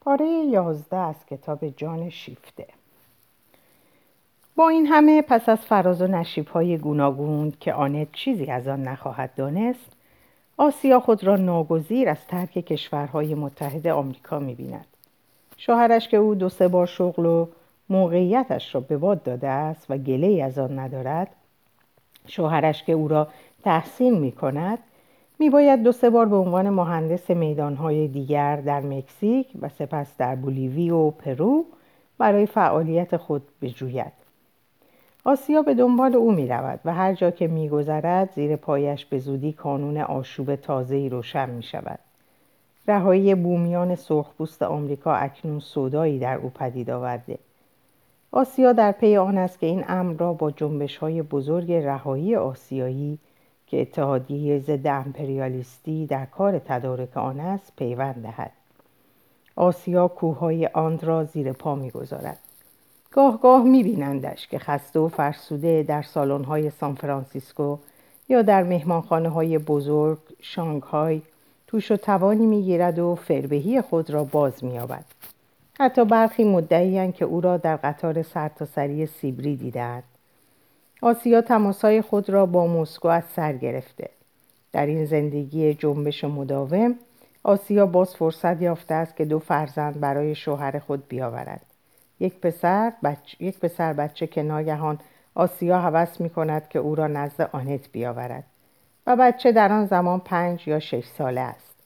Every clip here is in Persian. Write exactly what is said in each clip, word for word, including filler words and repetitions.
پاره یازده از کتاب جان شیفته. با این همه پس از فراز و نشیب‌های گوناگون که آنت چیزی از آن نخواهد دانست، آسیا خود را ناگزیر از ترک کشورهای متحد آمریکا می‌بیند. شوهرش که او دو سه بار شغل و موقعیتش را به باد داده است و گله‌ای از آن ندارد، شوهرش که او را تحسین می‌کند، می‌باید دو سه بار به عنوان مهندس میدان‌های دیگر در مکزیک و سپس در بولیوی و پرو برای فعالیت خود بجوید. آسیا به دنبال او می‌رود و هر جا که می‌گذرد زیر پایش به زودی کانون آشوب تازه‌ای روشن می‌شود. رهایی بومیان سرخپوست آمریکا اکنون سودایی در او پدید آورده. آسیا در پی آن است که این امر را با جنبش‌های بزرگ رهایی آسیایی که اتحادیه ضد امپریالیستی در کار تدارک آن است پیوند دهد. آسیا کوههای آن را زیر پا می‌گذارد. گاه گاه می‌بینندش که خسته و فرسوده در سالن‌های سان فرانسیسکو یا در مهمانخانه‌های بزرگ شانگهای توش و توانی می‌گیرد و فربهی خود را باز می‌یابد. حتی برخی مدعی‌اند که او را در قطار سرتاسری سیبری دیده‌اند. آسیا تماس‌های خود را با مسکو از سر گرفته. در این زندگی جنبش مداوم، آسیا باز فرصت یافته است که دو فرزند برای شوهر خود بیاورد. یک پسر بچه، یک پسر بچه که ناگهان آسیا هوس می‌کند که او را نزد آنت بیاورد و بچه در آن زمان پنج یا شش ساله است.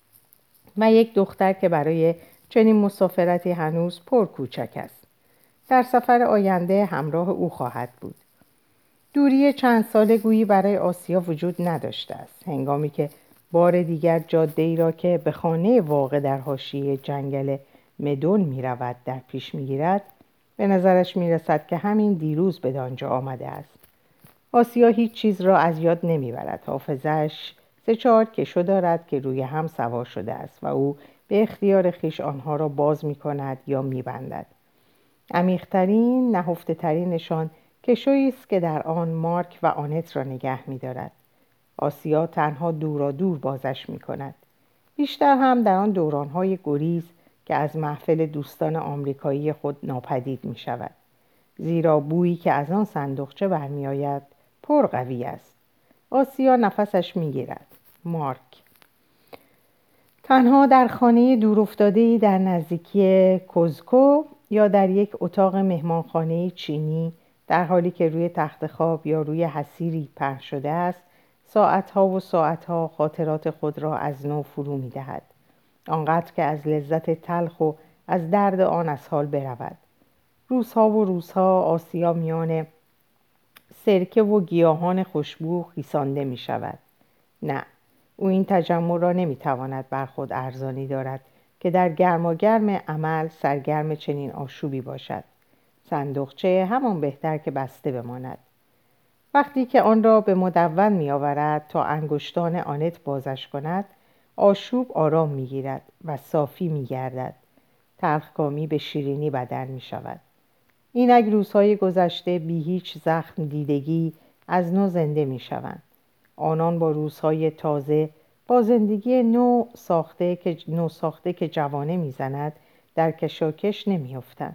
و یک دختر که برای چنین مسافرتی هنوز پر کوچک است. در سفر آینده همراه او خواهد بود. دوری چند ساله گویی برای آسیا وجود نداشته است، هنگامی که بار دیگر جاده‌ای را که به خانه واقع در حاشیه جنگل مدون می رود در پیش می گیرد، به نظرش می رسد که همین دیروز به آنجا آمده است. آسیا هیچ چیز را از یاد نمی برد. حافظش سه چهار کشو دارد که روی هم سوار شده است و او به اختیار خیش آنها را باز می کند یا می بندد. عمیق‌ترین، نهفته‌ترینشان کشویی است که در آن مارک و آنت را نگه می دارد. آسیا تنها دورا دور بازش می کند. بیشتر هم در آن دورانهای گریز که از محفل دوستان آمریکایی خود ناپدید می شود. زیرا بویی که از آن صندوقچه برمی آید پر قوی است. آسیا نفسش می گیرد. مارک تنها در خانه دورافتاده‌ای در نزدیکی کوزکو یا در یک اتاق مهمانخانه چینی در حالی که روی تخت خواب یا روی حصیری پهن شده است، ساعتها و ساعتها خاطرات خود را از نو فرو می دهد. آنقدر که از لذت تلخ و از درد آن از حال برود. روزها و روزها آسیا میان سرکه و گیاهان خوشبو خیسانده می شود. نه، او این تجمل را نمی تواند بر خود ارزانی دارد که در گرماگرم عمل سرگرم چنین آشوبی باشد. صندوقچه همان بهتر که بسته بماند. وقتی که آن را به مدون می آورد تا انگشتان آنت بازش کند، آشوب آرام می گیرد و صافی می گردد. تلخکامی به شیرینی بدل می شود. اینک روزهای گذشته بی هیچ زخم دیدگی از نو زنده می شوند. آنان با روزهای تازه، با زندگی نو ساخته که نو ساخته که جوانه میزند در کشاکش نمیافتند.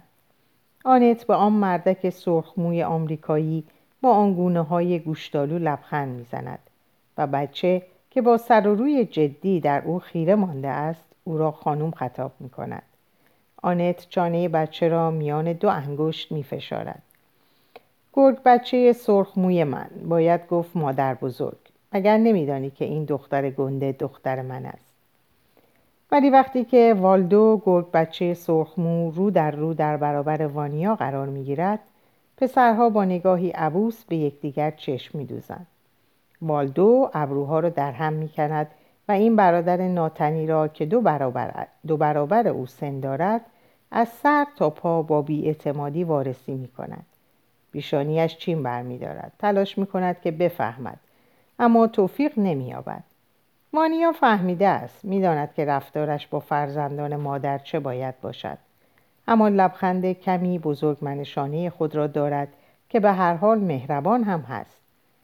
آنت به آن مردک سرخموی آمریکایی با آن گونه‌های گوشتالو لبخند میزند و بچه که با سر و روی جدی در او خیره مانده است او را خانم خطاب میکند. آنت چانه بچه را میان دو انگشت میفشارد. گرگ بچه سرخموی من، باید گفت مادر بزرگ، اگر نمیدانی که این دختر گنده دختر من است. ولی وقتی که والدو گرگ بچه سرخمو رو در رو در برابر وانیا قرار میگیرد، پسرها با نگاهی عبوس به یکدیگر چشم میدوزند. والدو ابروها را در هم میکند و این برادر ناتنی را که دو برابر, دو برابر او سن دارد از سر تا پا با بی‌اعتمادی وارسی میکند. پیشانیش چین برمی دارد. تلاش می کند که بفهمد، اما توفیق نمی یابد. وانیا فهمیده است. می داند که رفتارش با فرزندان مادر چه باید باشد. اما لبخند کمی بزرگمنشانه خود را دارد که به هر حال مهربان هم هست.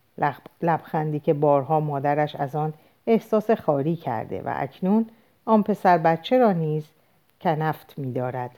لبخندی که بارها مادرش از آن احساس خاری کرده و اکنون آن پسر بچه را نیز کنفت می‌دارد.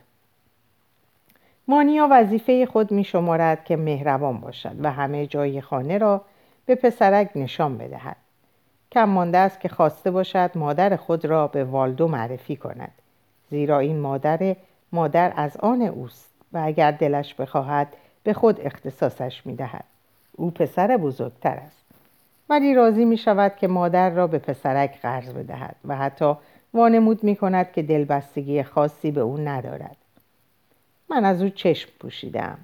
وانیا وظیفه خود می‌شمارد که مهربان باشد و همه جای خانه را به پسرک نشان بدهد. کم مانده است که خواسته باشد مادر خود را به والدو معرفی کند، زیرا این مادر مادر از آن اوست و اگر دلش بخواهد به خود اختصاصش می‌دهد. او پسر بزرگتر است، ولی راضی می‌شود که مادر را به پسرک قرض بدهد و حتی وانمود می‌کند که دلبستگی خاصی به او ندارد. من از او چشم پوشیدم.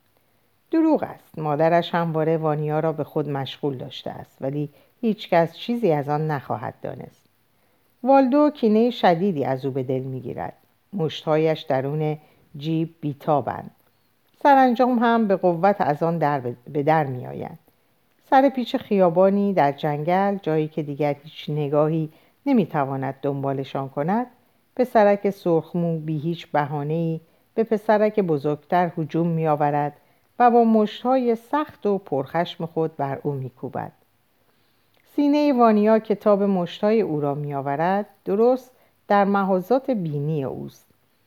دروغ است. مادرش همواره وانیا را به خود مشغول داشته است، ولی هیچ کس چیزی از آن نخواهد دانست. والدو کینه شدیدی از او به دل می‌گیرد. مشت‌هایش درون جیب بیتابند. سرانجام هم به قوت از آن در به در می‌آیند. سر پیچ خیابانی در جنگل، جایی که دیگر هیچ نگاهی نمی‌تواند دنبالشان کند، پسرک سرخمو بی هیچ بهانه‌ای به پسرک بزرگتر هجوم می‌آورد و با مشت‌های سخت و پرخشم خود بر او می‌کوبد. سینه وانیا که تاب مشت‌های او را می‌آورد درست در محاذات بینی اوست.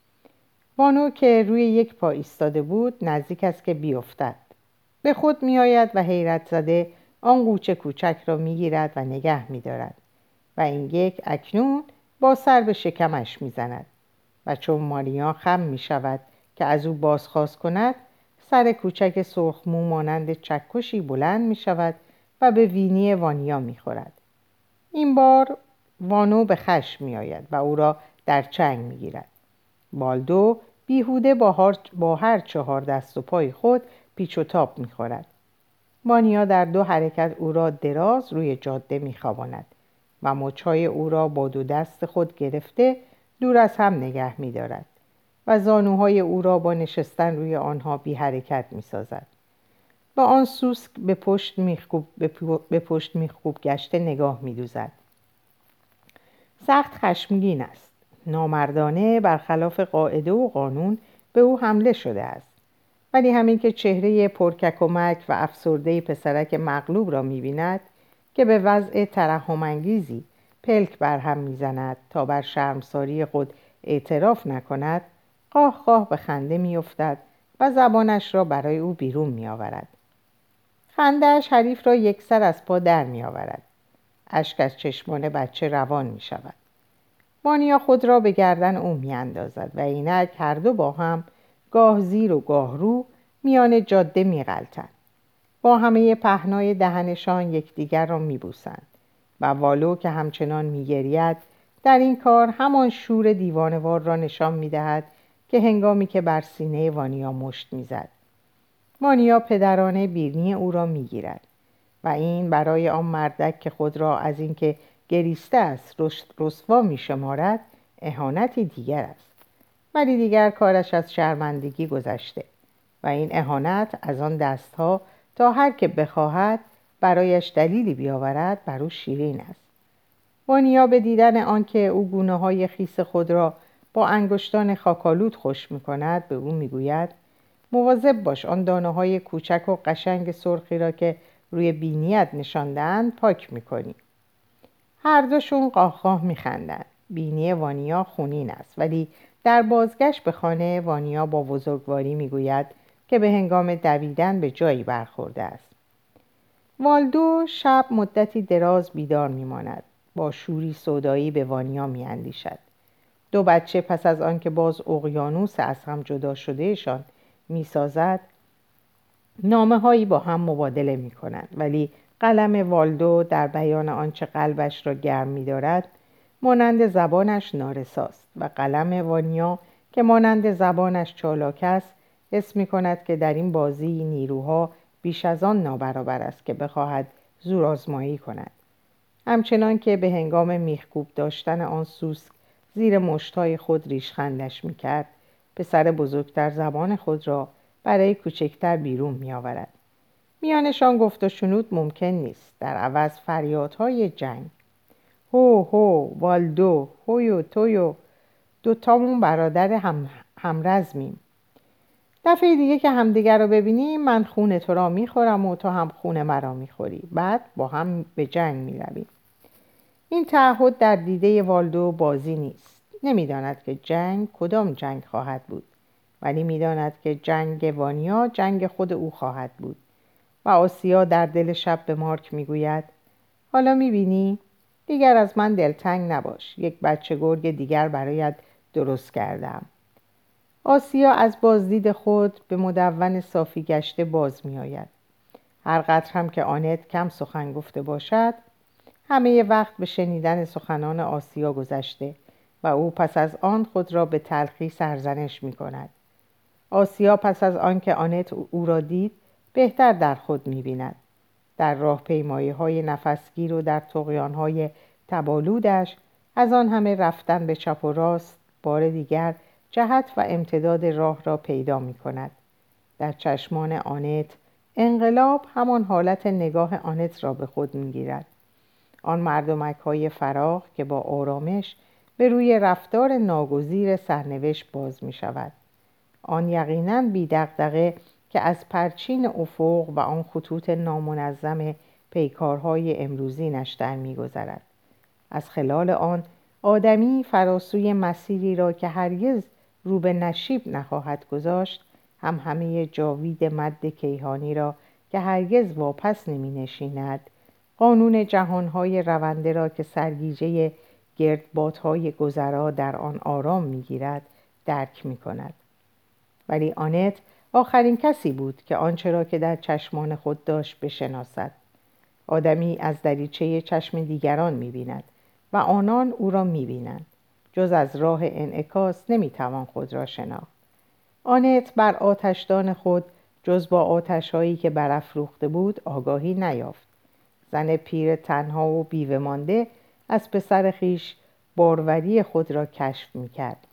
وانو که روی یک پا ایستاده بود نزدیک است که بیفتد. به خود می‌آید و حیرت زده آن قوچه کوچک را می‌گیرد و نگه می‌دارد و این یک اکنون با سر به شکمش می‌زند و چون ماریا خم می‌شود که از او بازخواست کند، سر کوچک سرخمو مانند چکشی بلند می‌شود و به وینی وانیا می‌خورد. این بار وانو به خشم می‌آید و او را در چنگ می‌گیرد. والدو بیهوده با هر, با هر چهار دست و پای خود پیچ و تاب می‌خورد. وانیا در دو حرکت او را دراز روی جاده می‌خواباند و مچ‌های او را با دو دست خود گرفته دور از هم نگه می‌دارد و زانوهای او را با نشستن روی آنها بی حرکت می‌سازد. با آن سوسک به پشت میخکوب به پشت میخکوب گشته نگاه می‌دوزد. سخت خشمگین است. نامردانه برخلاف قاعده و قانون به او حمله شده است. ولی همین که چهره پرکک و مک و افسرده پسرک مغلوب را می‌بیند که به وضع ترحم‌انگیزی پلک برهم می‌زند تا بر شرمساری خود اعتراف نکند، قاه قاه به خنده می‌افتد و زبانش را برای او بیرون می‌آورد. خنده‌اش حریف را یکسر از پا در می‌آورد. اشک از چشمان بچه روان می‌شود. وانیا خود را به گردن او می‌اندازد و اینک هر دو با هم گاه زیر و گاه رو میان جاده می‌غلطند. با همه پهنای دهنشان یکدیگر را می‌بوسند و والو که همچنان می‌گرید در این کار همان شور دیوانه‌وار را نشان می‌دهد که هنگامی که بر سینه وانیا مشت می‌زد. وانیا پدرانه بینی او را می‌گیرد و این برای آن مردک که خود را از اینکه گریسته است رسوا می‌شمارد اهانتی دیگر است. ولی دیگر کارش از شرمندگی گذشته و این اهانت از آن دستها تا هر که بخواهد برایش دلیلی بیاورد بر او شیرین است. وانیا به دیدن آنکه او گونه‌های خیس خود را با انگشتان خاکالود خشک می‌کند به او می‌گوید مواظب باش آن دانه‌های کوچک و قشنگ سرخی را که روی بینیت نشانده‌اند پاک می‌کنی. هر دوشون قاه قاه می‌خندند. بینی وانیا خونین است، ولی در بازگشت به خانه وانیا با بزرگواری میگوید که به هنگام دویدن به جایی برخورده است. والدو شب مدتی دراز بیدار میماند. با شوری سودایی به وانیا میاندیشد. دو بچه پس از آنکه باز اقیانوس از هم جدا شدهشان میسازد نامه هایی با هم مبادله میکنند، ولی قلم والدو در بیان آنچه قلبش را گرم می‌دارد مانند زبانش نارساست و قلم وانیا که مانند زبانش چالاک است حس می‌کند که در این بازی نیروها بیش از آن نابرابر است که بخواهد زور آزمایی کند. همچنان که به هنگام میخکوب داشتن آن سوسک زیر مشت‌های خود ریشخندش می‌کرد، پسر بزرگتر زبان خود را برای کوچکتر بیرون می‌آورد. میانشان گفت و شنود ممکن نیست، در عوض فریادهای جنگ. هو هو والدو هویو تویو، دوتامون برادر هم همرزمیم. دفعه دیگه که همدیگر رو ببینیم من خون تو را میخورم و تو هم خون مرا میخوری، بعد با هم به جنگ میرویم. این تعهد در دیده والدو بازی نیست. نمی‌داند که جنگ کدام جنگ خواهد بود، ولی می‌داند که جنگ وانیا جنگ خود او خواهد بود. و آسیا در دل شب به مارک می‌گوید: حالا می‌بینی؟ دیگر از من دلتنگ نباش. یک بچه گرگ دیگر برایت درست کردم. آسیا از بازدید خود به مدون صافی گشته باز می‌آید. هر قدر هم که آنت کم سخن گفته باشد، همه وقت به شنیدن سخنان آسیا گذشته و او پس از آن خود را به تلخی سرزنش می‌کند. آسیا پس از آن که آنت او را دید، بهتر در خود می‌بیند. در راهپیمایی‌های نفسگیر و در طغیان‌های تبالودش، از آن همه رفتن به چپ و راست، بار دیگر جهت و امتداد راه را پیدا می‌کند. در چشمان آنت انقلاب همان حالت نگاه آنت را به خود می‌گیرد. آن مردمک‌های فراخ که با آرامش به روی رفتار ناگزیر سرنوشت باز می‌شود. آن یقیناً بی دغدغه که از پرچین افق و آن خطوط نامنظم پیکارهای امروزینش در می‌گذرد. از خلال آن آدمی فراسوی مسیری را که هرگز رو به نشیب نخواهد گذاشت، هم همه جاوید مد کیهانی را که هرگز واپس نمی نشیند، قانون جهانهای رونده را که سرگیجه گردبادهای گذرا در آن آرام می گیرد درک می کند. ولی آنت آخرین کسی بود که آنچه را که در چشمان خود داشت بشناسد. آدمی از دریچه چشم دیگران می بیند و آنان او را می بینند. جز از راه انعکاس نمی توان خود را شناخت. آنت بر آتشدان خود جز با آتش‌هایی که برافروخته بود آگاهی نیافت. زن پیر تنها و بیوه مانده از پسر خیش باروری خود را کشف می‌کرد.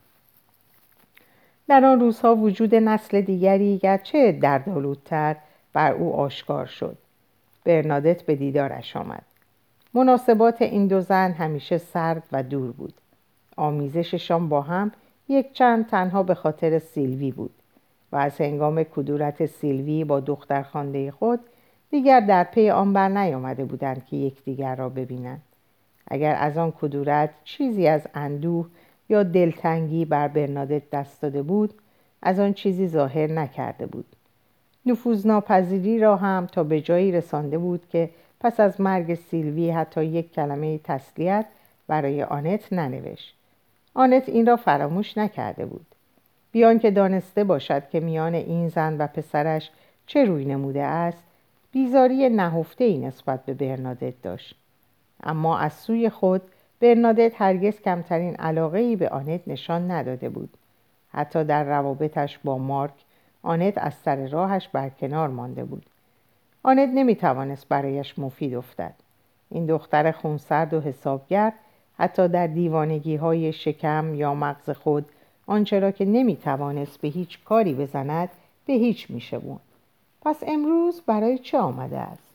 در آن روزها وجود نسل دیگری گرچه دردآلودتر بر او آشکار شد. برنادت به دیدارش آمد. مناسبات این دو زن همیشه سرد و دور بود. آمیزششان با هم یک چند تنها به خاطر سیلوی بود و از هنگام کدورت سیلوی با دخترخوانده خود دیگر در پی آن بر نیامده بودند که یکدیگر را ببینند. اگر از آن کدورت چیزی از اندوه یا دلتنگی بر برنادت دست داده بود، از آن چیزی ظاهر نکرده بود. نفوذناپذیری را هم تا به جایی رسانده بود که پس از مرگ سیلوی حتی یک کلمه تسلیت برای آنت ننوشت. آنت این را فراموش نکرده بود. بیان که دانسته باشد که میان این زن و پسرش چه روی نموده است، بیزاری نهفته‌ای نسبت به برنادت داشت. اما از سوی خود برنادت هرگز کمترین علاقه‌ای به آنت نشان نداده بود. حتی در روابطش با مارک، آنت از سر راهش برکنار مانده بود. آنت نمیتوانست برایش مفید افتد. این دختر خونسرد و حسابگر حتی در دیوانگی‌های شکم یا مغز خود آنچه را که نمیتوانست به هیچ کاری بزند به هیچ میشوند. پس امروز برای چه آمده است؟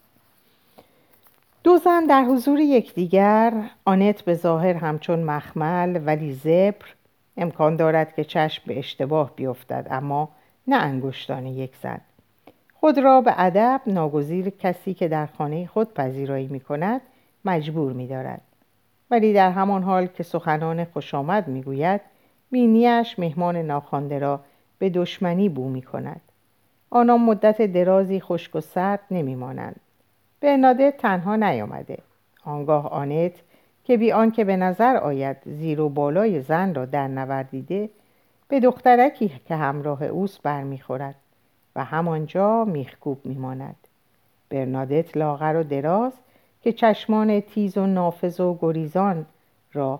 دو زن در حضور یکدیگر، آنت به ظاهر همچون مخمل ولی زبر، امکان دارد که چشم به اشتباه بیفتد، اما نه انگشتان یک زن. خود را به ادب ناگزیر کسی که در خانه خود پذیرایی می کند مجبور می دارد. ولی در همان حال که سخنان خوشامد می گوید، بینیش مهمان ناخوانده را به دشمنی بو می کند. آنها مدت درازی خشک و سرد نمی مانند. برنادت تنها نیامده. آنگاه آنت که بی آنکه به نظر آید زیر و بالای زن را در نوردیده، به دخترکی که همراه اوست برمیخورد و همانجا میخکوب میماند. برنادت لاغر و دراز که چشمان تیز و نافذ و گریزان را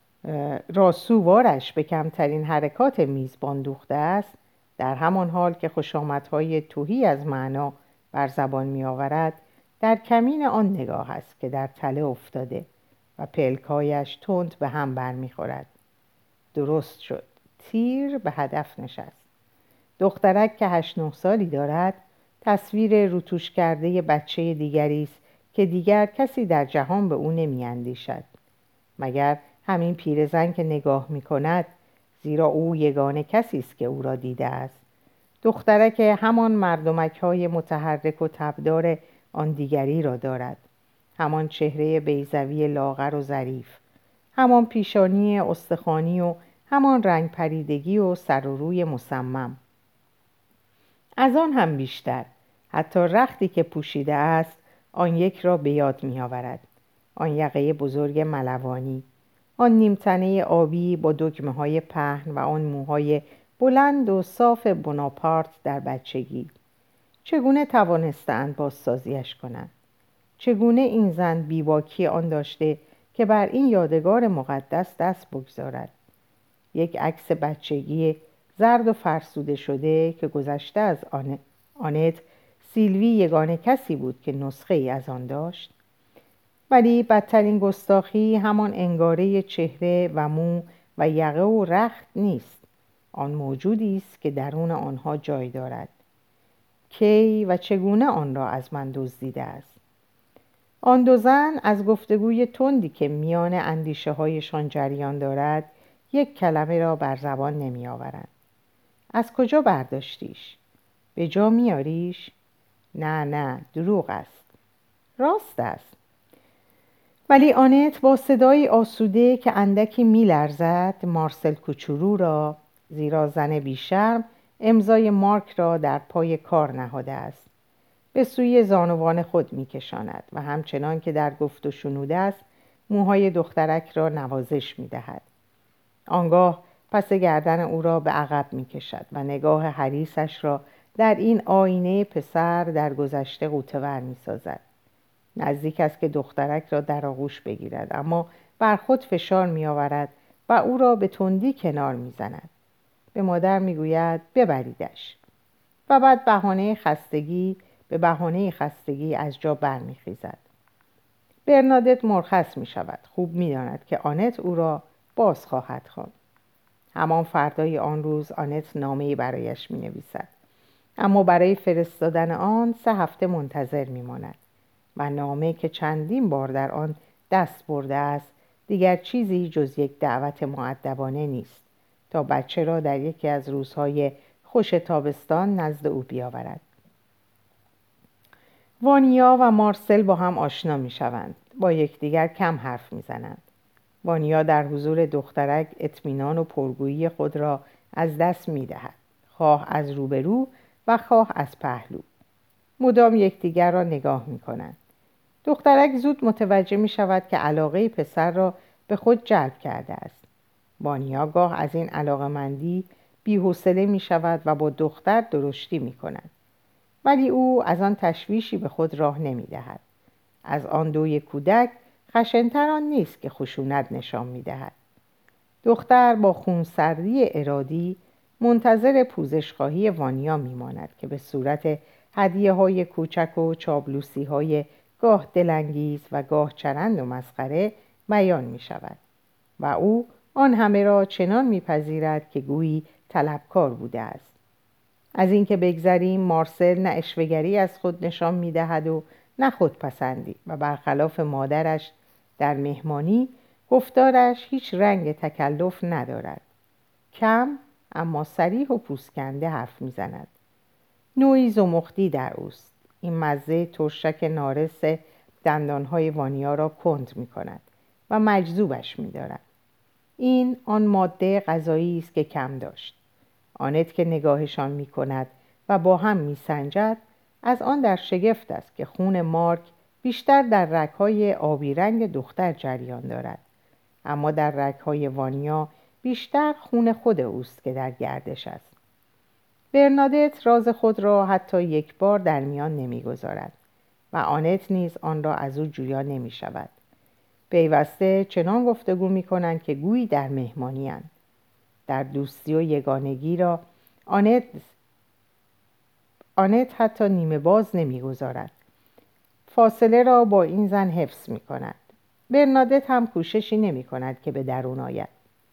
راسووارش به کمترین حرکات میزبان دوخته است، در همان حال که خوشامدهای تهی از معنا بر زبان میآورد، در کمین آن نگاه است که در تله افتاده و پلکایش تند به هم برمیخورد. درست شد. تیر به هدف نشست. دخترک که هشت نه سالی دارد، تصویر روتوش کرده بچه دیگری است که دیگر کسی در جهان به او نمی‌اندیشد مگر همین پیرزن که نگاه می‌کند، زیرا او یگانه کسی است که او را دیده است. دخترک همان مردمک‌های متحرک و تبدار آن دیگری را دارد، همان چهره بیضوی لاغر و ظریف، همان پیشانی استخوانی و همان رنگ پریدگی و سر و روی مصمم. از آن هم بیشتر، حتی رختی که پوشیده است آن یک را به یاد می آورد. آن یقه بزرگ ملوانی، آن نیمتنه آبی با دکمه های پهن و آن موهای بلند و صاف بناپارت در بچگی. چگونه توانستند بازسازیش کنند؟ چگونه این زن بیباکی آن داشته که بر این یادگار مقدس دست بگذارد؟ یک عکس بچگی زرد و فرسوده شده که گذشته از آن... آنت سیلوی یگانه کسی بود که نسخه ای از آن داشت. ولی بدترین گستاخی همان انگاره چهره و مو و یقه و رخت نیست. آن موجودی است که درون آنها جای دارد. کی و چگونه آن را از من دزدیده است؟ آن دو زن از گفتگوی تندی که میان اندیشه هایشان جریان دارد یک کلمه را بر زبان نمی آورند. از کجا برداشتیش؟ به جا میاریش؟ نه نه، دروغ است. راست است. ولی آنت با صدای آسوده که اندکی میلرزد مارسل کوچولو را، زیرا زن بیشرم، امضای مارک را در پای کار نهاده است، به سوی زانوان خود میکشاند و همچنان که در گفت و شنوده است موهای دخترک را نوازش میدهد. آنگاه پس گردن او را به عقب میکشد و نگاه حریصش را در این آینه پسر در گذشته غوطه‌ور میسازد. نزدیک است که دخترک را در آغوش بگیرد، اما بر خود فشار میآورد و او را به تندی کنار میزند. به مادر میگوید ببریدش و بعد بهانه خستگی به بهانه خستگی از جا برمیخیزد. برنادت مرخص میشود. خوب میداند که آنت او را باز خواهد خواند. همان فردای آن روز آنت نامه‌ای برایش مینویسد، اما برای فرستادن آن سه هفته منتظر میماند و نامه که چندین بار در آن دست برده است دیگر چیزی جز یک دعوت مؤدبانه نیست تا بچه را در یکی از روزهای خوش تابستان نزد او بیاورد. وانیا و مارسل با هم آشنا می شوند. با یکدیگر کم حرف می زنند. وانیا در حضور دخترک اطمینان و پرگویی خود را از دست می دهد، خواه از روبرو و خواه از پهلو. مدام یکدیگر را نگاه می کنند. دخترک زود متوجه می شود که علاقه پسر را به خود جلب کرده است. وانیا گاه از این علاقه‌مندی بی‌حوصله می شود و با دختر درشتی می کند. ولی او از آن تشویشی به خود راه نمی دهد. از آن دوی کودک خشن‌تر آن نیست که خشونت نشان می دهد. دختر با خونسردی ارادی منتظر پوزش‌خواهی وانیا می ماند که به صورت هدیه های کوچک و چابلوسی های گاه دلانگیز و گاه چرند و مسخره بیان می شود و او آن همه را چنان می پذیرد که گویی طلبکار بوده است. از این که بگذریم، مارسل نه اشوه‌گری از خود نشان می دهد و نه خودپسندی و برخلاف مادرش در مهمانی گفتارش هیچ رنگ تکلف ندارد. کم اما صریح و پوسکنده حرف می زند. نوعی زمختی در اوست. این مزه ترشک نارس دندانهای وانیا را کند می کند و مجذوبش می دارد. این آن ماده غذایی است که کم داشت. آنت که نگاهشان می کند و با هم می سنجد از آن در شگفت است که خون مارک بیشتر در رگ‌های آبی رنگ دختر جریان دارد، اما در رگ‌های وانیا بیشتر خون خود اوست که در گردش است. برنادت راز خود را حتی یک بار در میان نمی‌گذارد و آنت نیز آن را از او جویا نمی‌شود. پیوسته چنان گفتگو می‌کنند که گویی در مهمانی‌اند. در دوستی و یگانگی را آنت آنت حتی نیمه باز نمی‌گذارد. فاصله را با این زن حفظ می‌کند. برنادت هم کوششی نمی‌کند که به درون آید.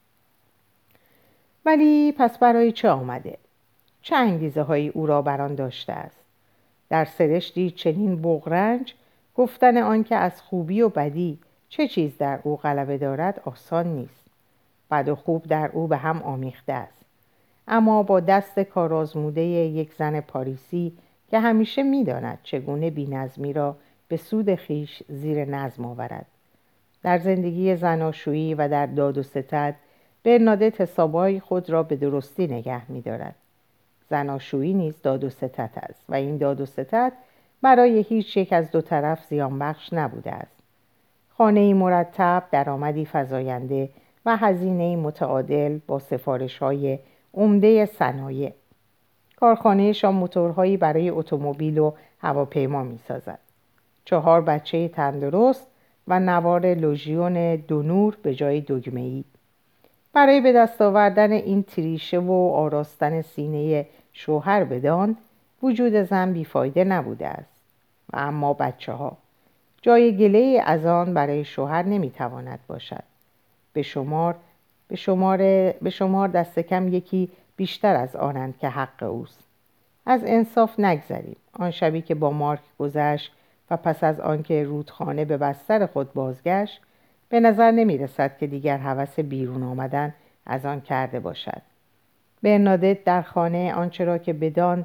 ولی پس برای چه آمده؟ چه انگیزه هایی او را بران داشته است؟ در سرشتی چنین بغرنج گفتن آن که از خوبی و بدی چه چیز در او غلبه دارد آسان نیست. بد و خوب در او به هم آمیخته است، اما با دست کارآزموده یک زن پاریسی که همیشه می‌داند چگونه بی‌نظمی را به سود خیش زیر نظم آورد. در زندگی زناشویی و در داد و ستد برنادت حسابهای خود را به درستی نگه می‌دارد. زناشویی نیز داد و ستد است و این داد و ستد برای هیچ یک از دو طرف زیان بخش نبوده است. خانه‌ای مرتب، درآمدی فزاینده و هزینه‌ای متعادل با سفارش‌های عمده صنایع. کارخانه‌شان موتورهایی برای اتومبیل و هواپیما می‌سازد. چهار بچه تندرست و نوار لژیون دو نور به جای دگمه‌ای. برای به دست آوردن این تریشه و آراستن سینه شوهر بدان، وجود زن بیفایده نبوده است. و اما بچه ها جای گله از آن برای شوهر نمیتواند باشد. به شمار به شمار به شمار دست کم یکی بیشتر از آنند که حق اوست. از انصاف نگذریم. آن شبی که با مارک گذشت و پس از آنکه رودخانه به بستر خود بازگشت، به نظر نمی رسد که دیگر هوس بیرون آمدن از آن کرده باشد. برنادت در خانه آنچه را که بدان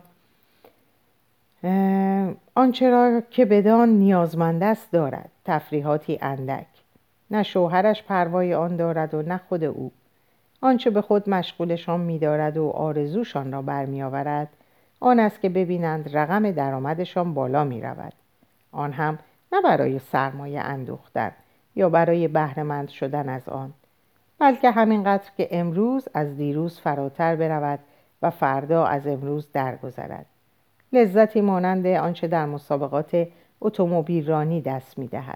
آنچه را که بدان نیازمند است دارد. تفریحاتی اندک. نه شوهرش پروای آن دارد و نه خود او. آنچه به خود مشغولشان می دارد و آرزوشان را برمی آورد آن است که ببینند رقم درآمدشان بالا می رود. آن هم نه برای سرمایه اندوختن یا برای بهره‌مند شدن از آن، بلکه همینقدر که امروز از دیروز فراتر برود و فردا از امروز درگذرد. لذتی مانند آنچه در مسابقات اتومبیل رانی دست می‌دهد.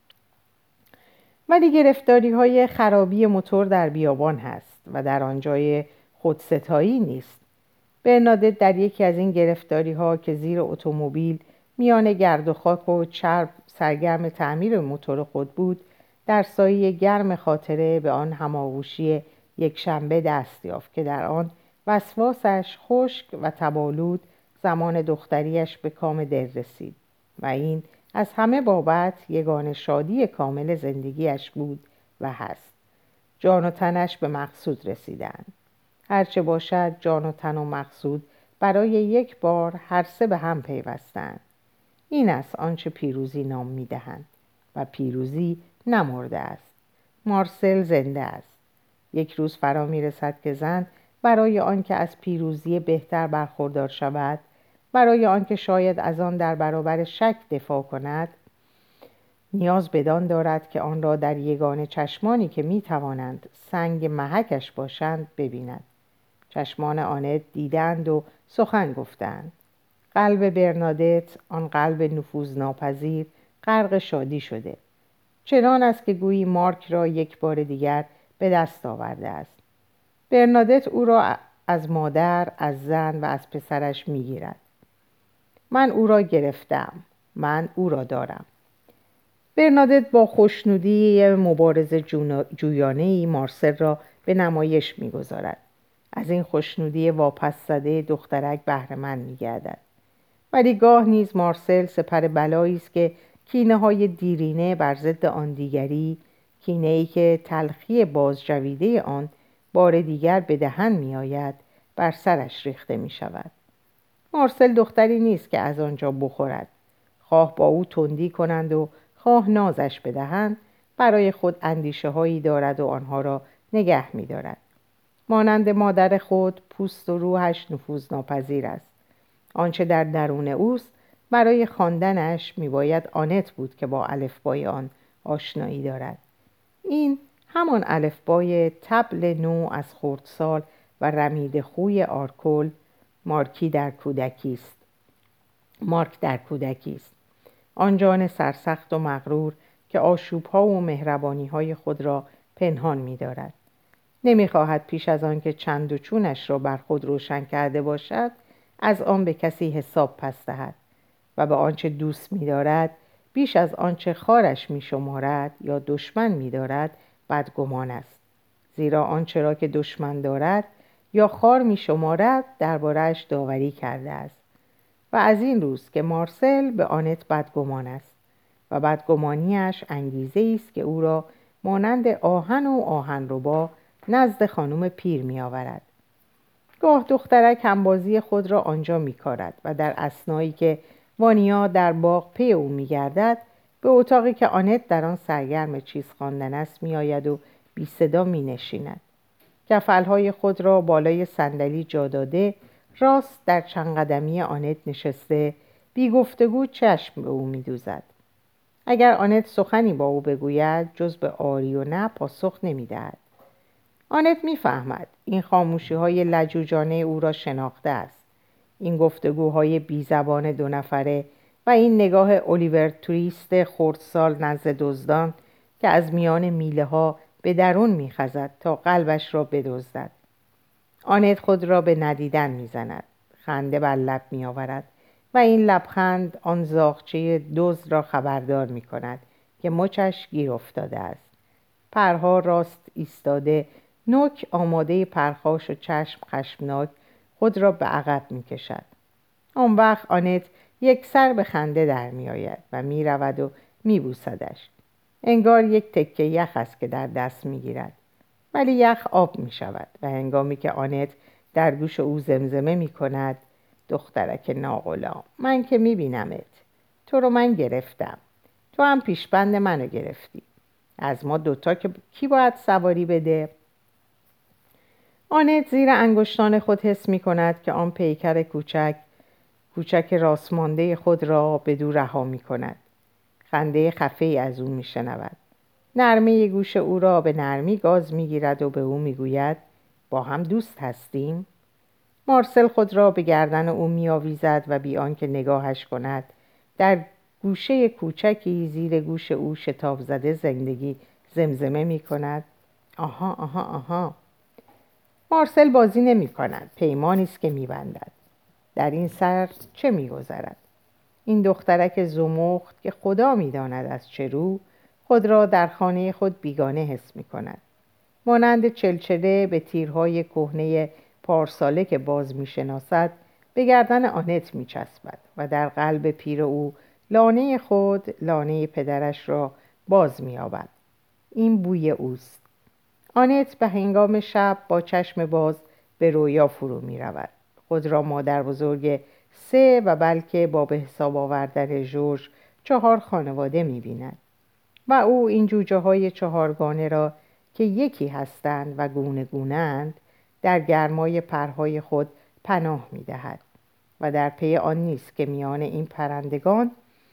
ولی گرفتاری‌های خرابی موتور در بیابان هست و در آن جای خودستایی نیست. برنادت در یکی از این گرفتاری‌ها که زیر اتومبیل میان گرد و خاک و چرب سرگرم تعمیر موتور خود بود، در سایه گرم خاطره به آن هماغوشی یک شنبه دست یافت که در آن وسواسش خشک و تبالود زمان دختریش به کام دل رسید و این از همه بابت یگانه شادی کامل زندگیش بود و هست. جان و تنش به مقصود رسیدند. هرچه باشد جان و تن و مقصود برای یک بار هر سه به هم پیوستند. این است آنچه پیروزی نام می‌دهند و پیروزی نمرده است. مارسل زنده است. یک روز فرا می‌رسد که زن برای آنکه از پیروزی بهتر برخوردار شود، برای آنکه شاید از آن در برابر شک دفاع کند، نیاز بدان دارد که آن را در یگانه چشمانی که می‌توانند سنگ محکش باشند ببیند. چشمان آنت دیدند و سخن گفتند. قلب برنادت، آن قلب نفوذناپذیر، غرق شادی شده. چنان است که گویی مارک را یک بار دیگر به دست آورده است. برنادت او را از مادر، از زن و از پسرش می‌گیرد. من او را گرفتم. من او را دارم. برنادت با خوشنودی مبارزه جویانه‌ای مارسل را به نمایش می‌گذارد. از این خوشنودی واپس زده دخترک بهره‌مند می‌گردد. ولی گاه نیز مارسل سپر بلایی است که کینه‌های دیرینه بر ضد آن دیگری، کینه‌ای که تلخی بازجویده آن بار دیگر به دهن می‌آید، بر سرش ریخته می‌شود. مارسل دختری نیست که از آنجا بخورد. خواه با او تندی کنند و خواه نازش بدهند، برای خود اندیشه‌هایی دارد و آنها را نگه می‌دارد. مانند مادر خود پوست و روحش نفوذناپذیر است. آنچه در درون اوست برای خواندنش میباید آنت بود که با الفبای آن آشنایی دارد. این همان الفبای طبل نو از خردسال و رمید خوی آرکل مارکی در کودکی است. مارک در کودکی است. آن جان سرسخت و مغرور که آشوب‌ها و مهربانی‌های خود را پنهان می‌دارد. نمی‌خواهد پیش از آن که چند و چونش را بر خود روشن کرده باشد از آن به کسی حساب پس دهد و به آنچه دوست می‌دارد بیش از آنچه خارش می‌شمارد یا دشمن می‌دارد بدگمان است. زیرا آنچه را که دشمن دارد یا خار می‌شمارد درباره‌اش داوری کرده است. و از این روز که مارسل به آنت بدگمان است و بدگمانیش انگیزه است که او را مانند آهن و آهنربا نزد خانم پیر می آورد. گاه دخترک همبازی خود را آنجا می کارد و در اثنایی که وانیا در باغ پی او می گردد به اتاقی که آنت در آن سرگرم چیز خواندن است میآید و بی صدا می نشیند. کفلهای خود را بالای صندلی جا داده، راست در چند قدمی آنت نشسته، بی گفتگو چشم به او می دوزد. اگر آنت سخنی با او بگوید جز به آری و نه پاسخ نمی دهد. آنت می فهمد این خاموشی های لجوجانه او را شناخته است. این گفتگوهای بی زبان دو نفره و این نگاه الیور توریست خردسال نزد دزدان که از میان میله ها به درون می خزد تا قلبش را بدزدد. آنت خود را به ندیدن می زند. خنده بر لب می آورد و این لبخند آن زاغچه دزد را خبردار می کند که مچش گیر افتاده است. پرها راست ایستاده، نوک آماده پرخاش و چشم خشمناک خود را به عقب می کشد. آن وقت آنت یک سر به خنده در می آید و می رود و می بوسدش. انگار یک تکه یخ است که در دست می گیرد. ولی یخ آب می شود و هنگامی که آنت در گوش او زمزمه می کند: دخترک ناغلام، من که می بینمت، تو رو من گرفتم، تو هم پیشبند منو گرفتی، از ما دوتا که کی باید سواری بده؟ آنت زیر انگشتان خود حس می کند که آن پیکر کوچک کوچک راستمانده خود را به دور رها می کند. خنده خفه‌ای از او می شنود. نرمه گوش او را به نرمی گاز می گیرد و به او می گوید: با هم دوست هستیم؟ مارسل خود را به گردن او می آویزد و بی آنکه نگاهش کند در گوشه کوچکی زیر گوش او شتاب زده زندگی زمزمه می کند: آها آها آها. مارسل بازی نمی کند، پیمانی است که می بندد. در این سر چه می گذرد؟ این دخترک زمخت که خدا می داند از چه رو خود را در خانه خود بیگانه حس می کند. مانند چلچله به تیرهای کهنه پارساله که باز می شناسد به گردن آنت می چسبد و در قلب پیر او لانه خود، لانه پدرش را باز می یابد. این بوی اوست. آنت به هنگام شب با چشم باز به رویا فرو می رود. خود را مادر بزرگ سه و بلکه با به حساب آوردن جورج چهار خانواده می بیند و او این جوجه های چهارگانه را که یکی هستند و گونه گونه‌اند در گرمای پرهای خود پناه می دهد و در پی آن نیست که میان این پرندگان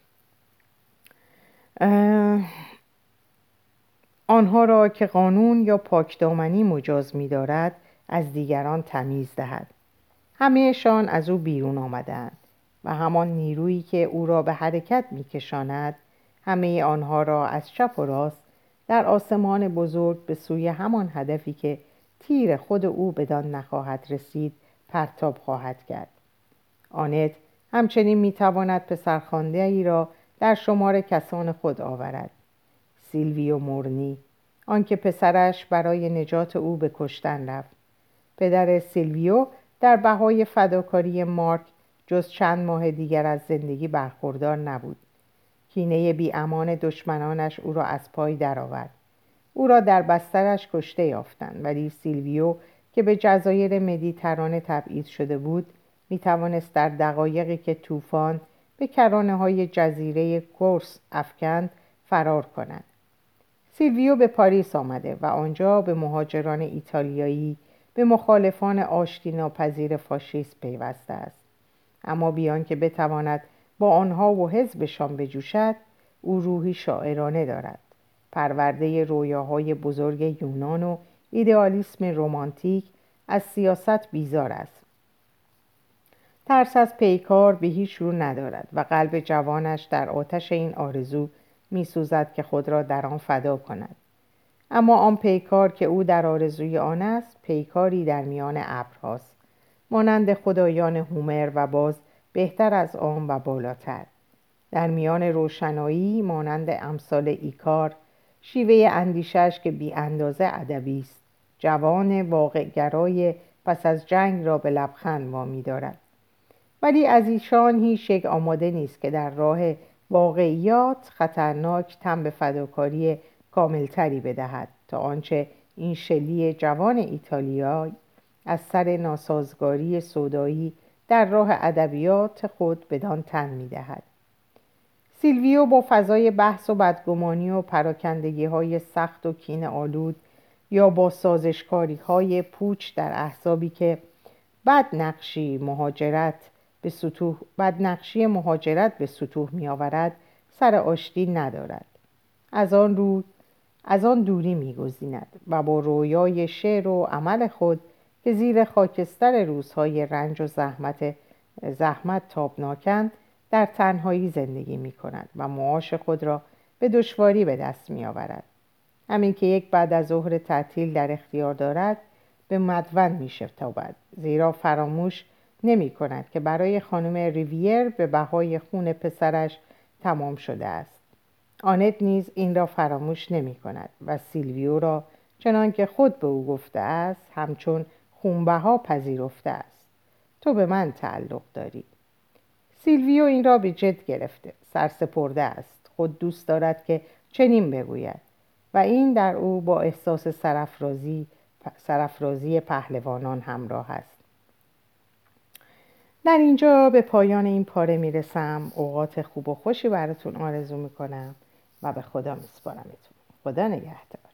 آنها را که قانون یا پاکدامنی مجاز می دارد از دیگران تمیز دهد. همه‌شان از او بیرون آمدند و همان نیرویی که او را به حرکت می کشاند همه آنها را از چپ و راست در آسمان بزرگ به سوی همان هدفی که تیر خود او بدان نخواهد رسید پرتاب خواهد کرد. آنت همچنین می تواند پسرخوانده‌ای را در شمار کسان خود آورد. سیلویو مورنی، آنکه پسرش برای نجات او به کشتن رفت. پدر سیلویو در بهای فداکاری مارک جز چند ماه دیگر از زندگی برخوردار نبود. کینه بی امان دشمنانش او را از پای درآورد. او را در بسترش کشته یافتند، ولی سیلویو که به جزایر مدیترانه تبعید شده بود می توانست در دقایقی که طوفان به کرانه های جزیره کورس افکند فرار کند. سیلویو به پاریس آمده و آنجا به مهاجران ایتالیایی، به مخالفان آشتی ناپذیر فاشیسم پیوسته است. اما بیان که بتواند با آنها و حزبشان بجوشد، او روحی شاعرانه دارد. پرورده رویاهای بزرگ یونان و ایدئالیسم رمانتیک، از سیاست بیزار است. ترس از پیکار به هیچ رو ندارد و قلب جوانش در آتش این آرزو می سوزد که خود را در آن فدا کند. اما آن پیکار که او در آرزوی آن است، پیکاری در میان ابرهاست، مانند خدایان هومر و باز بهتر از آن و بالاتر. در میان روشنایی مانند امثال ایکار، شیوه اندیشش که بی اندازه ادبی است، جوان واقع‌گرای پس از جنگ را به لبخند وامی دارد. ولی از ایشان هیچ یک آماده نیست که در راه واقعیات خطرناک تن به فداکاری کاملتری بدهد تا آنچه این شلی جوان ایتالیایی از سر ناسازگاری سودایی در راه ادبیات خود بدان تن می‌دهد. سیلویو با فضای بحث و بدگمانی و پراکندگی های سخت و کینه آلود یا با سازشکاری های پوچ در احزابی که بد نقشی مهاجرت به سطوح بد نقشی مهاجرت به سطوح می آورد سر آشتی ندارد. از آن رو از آن دوری می‌گزیند و با رویای شعر و عمل خود که زیر خاکستر روزهای رنج و زحمت زحمت تابناکند در تنهایی زندگی می‌کند و معاش خود را به دشواری به دست می‌آورد. همین که یک بعد از ظهر تعطیل در اختیار دارد به مدون می‌شتابد، زیرا فراموش نمی‌کند که برای خانم ریویر به بهای خون پسرش تمام شده است. آنت نیز این را فراموش نمی کند و سیلویو را چنان که خود به او گفته است همچون خونبها پذیرفته است. تو به من تعلق داری. سیلویو این را به جد گرفته، سرسپرده است. خود دوست دارد که چنین بگوید و این در او با احساس سرافرازی سرافرازی پهلوانان همراه است. در اینجا به پایان این پاره میرسم. اوقات خوب و خوشی براتون آرزو میکنم و به خدا میسپارمتون. خدا نگهدار.